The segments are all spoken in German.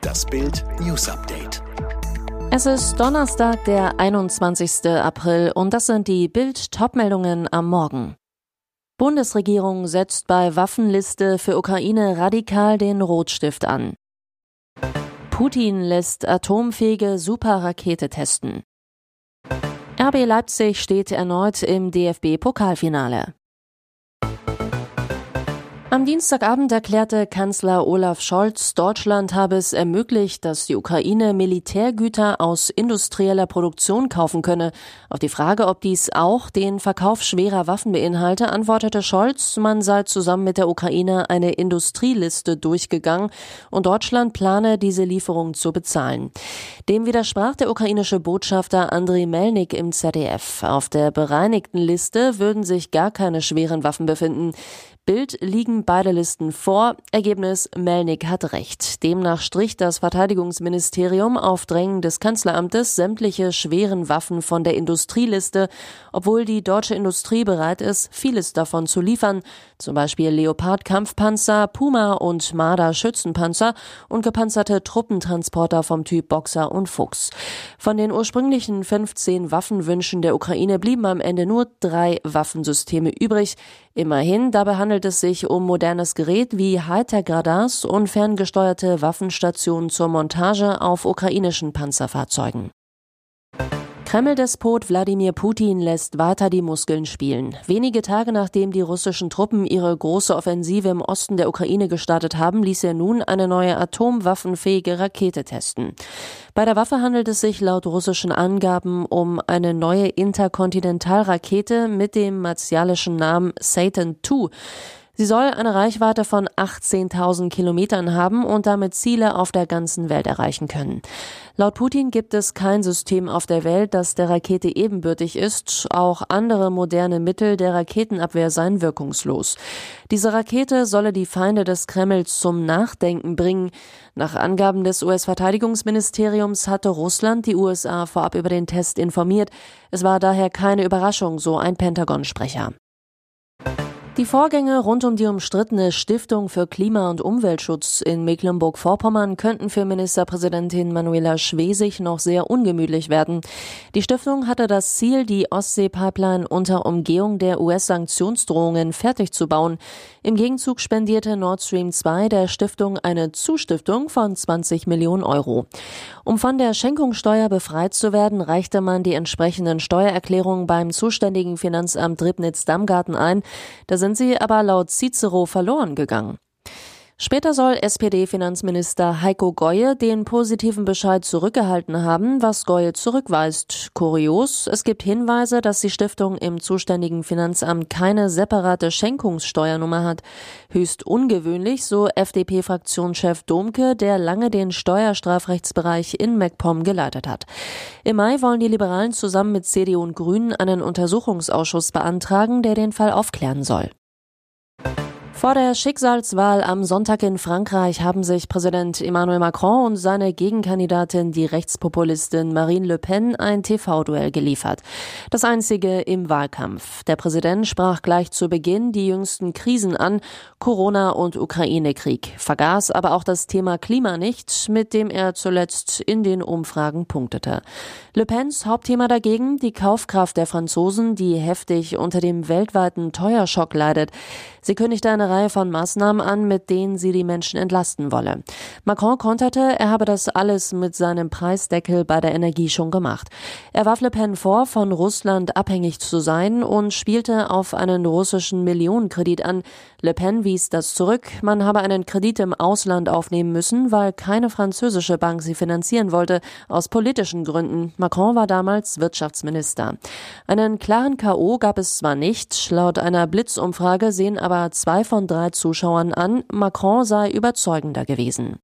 Das Bild News Update. Es ist Donnerstag, der 21. April und das sind die Bild-Top-Meldungen am Morgen. Bundesregierung setzt bei Waffenliste für Ukraine radikal den Rotstift an. Putin lässt atomfähige Superrakete testen. RB Leipzig steht erneut im DFB-Pokalfinale. Am Dienstagabend erklärte Kanzler Olaf Scholz, Deutschland habe es ermöglicht, dass die Ukraine Militärgüter aus industrieller Produktion kaufen könne. Auf die Frage, ob dies auch den Verkauf schwerer Waffen beinhalte, antwortete Scholz, man sei zusammen mit der Ukraine eine Industrieliste durchgegangen und Deutschland plane, diese Lieferung zu bezahlen. Dem widersprach der ukrainische Botschafter Andriy Melnik im ZDF. Auf der bereinigten Liste würden sich gar keine schweren Waffen befinden. Bild liegen beide Listen vor. Ergebnis: Melnik hat recht. Demnach strich das Verteidigungsministerium auf Drängen des Kanzleramtes sämtliche schweren Waffen von der Industrieliste, obwohl die deutsche Industrie bereit ist, vieles davon zu liefern, zum Beispiel Leopard-Kampfpanzer, Puma und Marder-Schützenpanzer und gepanzerte Truppentransporter vom Typ Boxer und Fuchs. Von den ursprünglichen 15 Waffenwünschen der Ukraine blieben am Ende nur 3 Waffensysteme übrig. Immerhin, dabei handelt es sich um modernes Gerät wie Hightech-Radars und ferngesteuerte Waffenstationen zur Montage auf ukrainischen Panzerfahrzeugen. Kreml-Despot Wladimir Putin lässt weiter die Muskeln spielen. Wenige Tage nachdem die russischen Truppen ihre große Offensive im Osten der Ukraine gestartet haben, ließ er nun eine neue atomwaffenfähige Rakete testen. Bei der Waffe handelt es sich laut russischen Angaben um eine neue Interkontinentalrakete mit dem martialischen Namen Satan II. Sie soll eine Reichweite von 18.000 Kilometern haben und damit Ziele auf der ganzen Welt erreichen können. Laut Putin gibt es kein System auf der Welt, das der Rakete ebenbürtig ist. Auch andere moderne Mittel der Raketenabwehr seien wirkungslos. Diese Rakete solle die Feinde des Kremls zum Nachdenken bringen. Nach Angaben des US-Verteidigungsministeriums hatte Russland die USA vorab über den Test informiert. Es war daher keine Überraschung, so ein Pentagon-Sprecher. Die Vorgänge rund um die umstrittene Stiftung für Klima- und Umweltschutz in Mecklenburg-Vorpommern könnten für Ministerpräsidentin Manuela Schwesig noch sehr ungemütlich werden. Die Stiftung hatte das Ziel, die Ostsee-Pipeline unter Umgehung der US-Sanktionsdrohungen fertig zu bauen. Im Gegenzug spendierte Nord Stream 2 der Stiftung eine Zustiftung von 20 Millionen Euro. Um von der Schenkungssteuer befreit zu werden, reichte man die entsprechenden Steuererklärungen beim zuständigen Finanzamt Ribnitz-Damgarten ein. Da sind sie aber laut Cicero verloren gegangen. Später soll SPD-Finanzminister Heiko Goye den positiven Bescheid zurückgehalten haben, was Goye zurückweist. Kurios, es gibt Hinweise, dass die Stiftung im zuständigen Finanzamt keine separate Schenkungssteuernummer hat. Höchst ungewöhnlich, so FDP-Fraktionschef Domke, der lange den Steuerstrafrechtsbereich in MacPom geleitet hat. Im Mai wollen die Liberalen zusammen mit CDU und Grünen einen Untersuchungsausschuss beantragen, der den Fall aufklären soll. Vor der Schicksalswahl am Sonntag in Frankreich haben sich Präsident Emmanuel Macron und seine Gegenkandidatin, die Rechtspopulistin Marine Le Pen, ein TV-Duell geliefert. Das einzige im Wahlkampf. Der Präsident sprach gleich zu Beginn die jüngsten Krisen an, Corona- und Ukraine-Krieg, vergaß aber auch das Thema Klima nicht, mit dem er zuletzt in den Umfragen punktete. Le Pens Hauptthema dagegen die Kaufkraft der Franzosen, die heftig unter dem weltweiten Teuerschock leidet. Sie kündigte eine Reihe von Maßnahmen an, mit denen sie die Menschen entlasten wolle. Macron konterte, er habe das alles mit seinem Preisdeckel bei der Energie schon gemacht. Er warf Le Pen vor, von Russland abhängig zu sein und spielte auf einen russischen Millionenkredit an. Le Pen wies das zurück, man habe einen Kredit im Ausland aufnehmen müssen, weil keine französische Bank sie finanzieren wollte, aus politischen Gründen. Macron war damals Wirtschaftsminister. Einen klaren K.O. gab es zwar nicht, laut einer Blitzumfrage sehen aber 2 von 3 Zuschauern an, Macron sei überzeugender gewesen.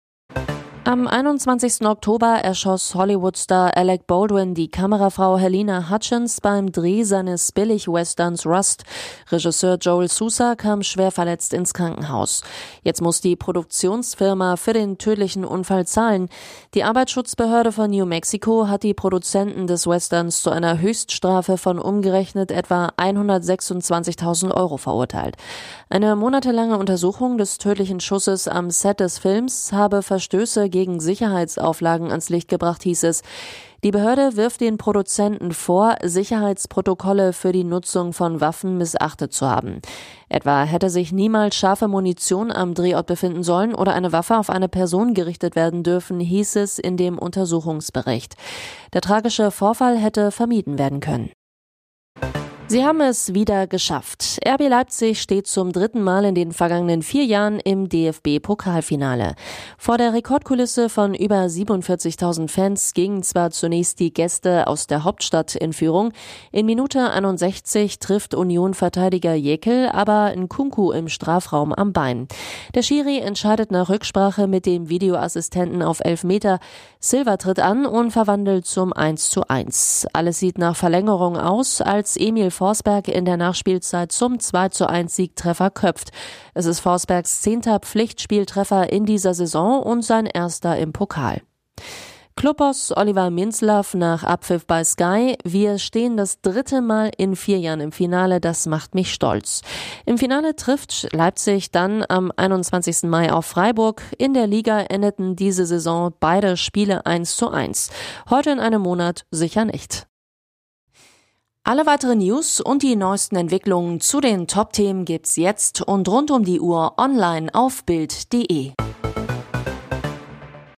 Am 21. Oktober erschoss Hollywood-Star Alec Baldwin die Kamerafrau Helena Hutchins beim Dreh seines Billig-Westerns Rust. Regisseur Joel Sousa kam schwer verletzt ins Krankenhaus. Jetzt muss die Produktionsfirma für den tödlichen Unfall zahlen. Die Arbeitsschutzbehörde von New Mexico hat die Produzenten des Westerns zu einer Höchststrafe von umgerechnet etwa 126.000 Euro verurteilt. Eine monatelange Untersuchung des tödlichen Schusses am Set des Films habe Verstöße gegen Sicherheitsauflagen ans Licht gebracht, hieß es. Die Behörde wirft den Produzenten vor, Sicherheitsprotokolle für die Nutzung von Waffen missachtet zu haben. Etwa hätte sich niemals scharfe Munition am Drehort befinden sollen oder eine Waffe auf eine Person gerichtet werden dürfen, hieß es in dem Untersuchungsbericht. Der tragische Vorfall hätte vermieden werden können. Sie haben es wieder geschafft. RB Leipzig steht zum 3. Mal in den vergangenen 4 Jahren im DFB-Pokalfinale. Vor der Rekordkulisse von über 47.000 Fans gingen zwar zunächst die Gäste aus der Hauptstadt in Führung. In Minute 61 trifft Union-Verteidiger Jekyll aber Nkunku im Strafraum am Bein. Der Schiri entscheidet nach Rücksprache mit dem Videoassistenten auf Elfmeter. Silva tritt an und verwandelt zum 1:1. Alles sieht nach Verlängerung aus, als Emil Forsberg in der Nachspielzeit zum 2:1 Siegtreffer köpft. Es ist Forsbergs 10. Pflichtspieltreffer in dieser Saison und sein erster im Pokal. Clubboss Oliver Minzlaff nach Abpfiff bei Sky: Wir stehen das 3. Mal in 4 Jahren im Finale, das macht mich stolz. Im Finale trifft Leipzig dann am 21. Mai auf Freiburg. In der Liga endeten diese Saison beide Spiele 1:1. Heute in einem Monat sicher nicht. Alle weiteren News und die neuesten Entwicklungen zu den Top-Themen gibt's jetzt und rund um die Uhr online auf Bild.de.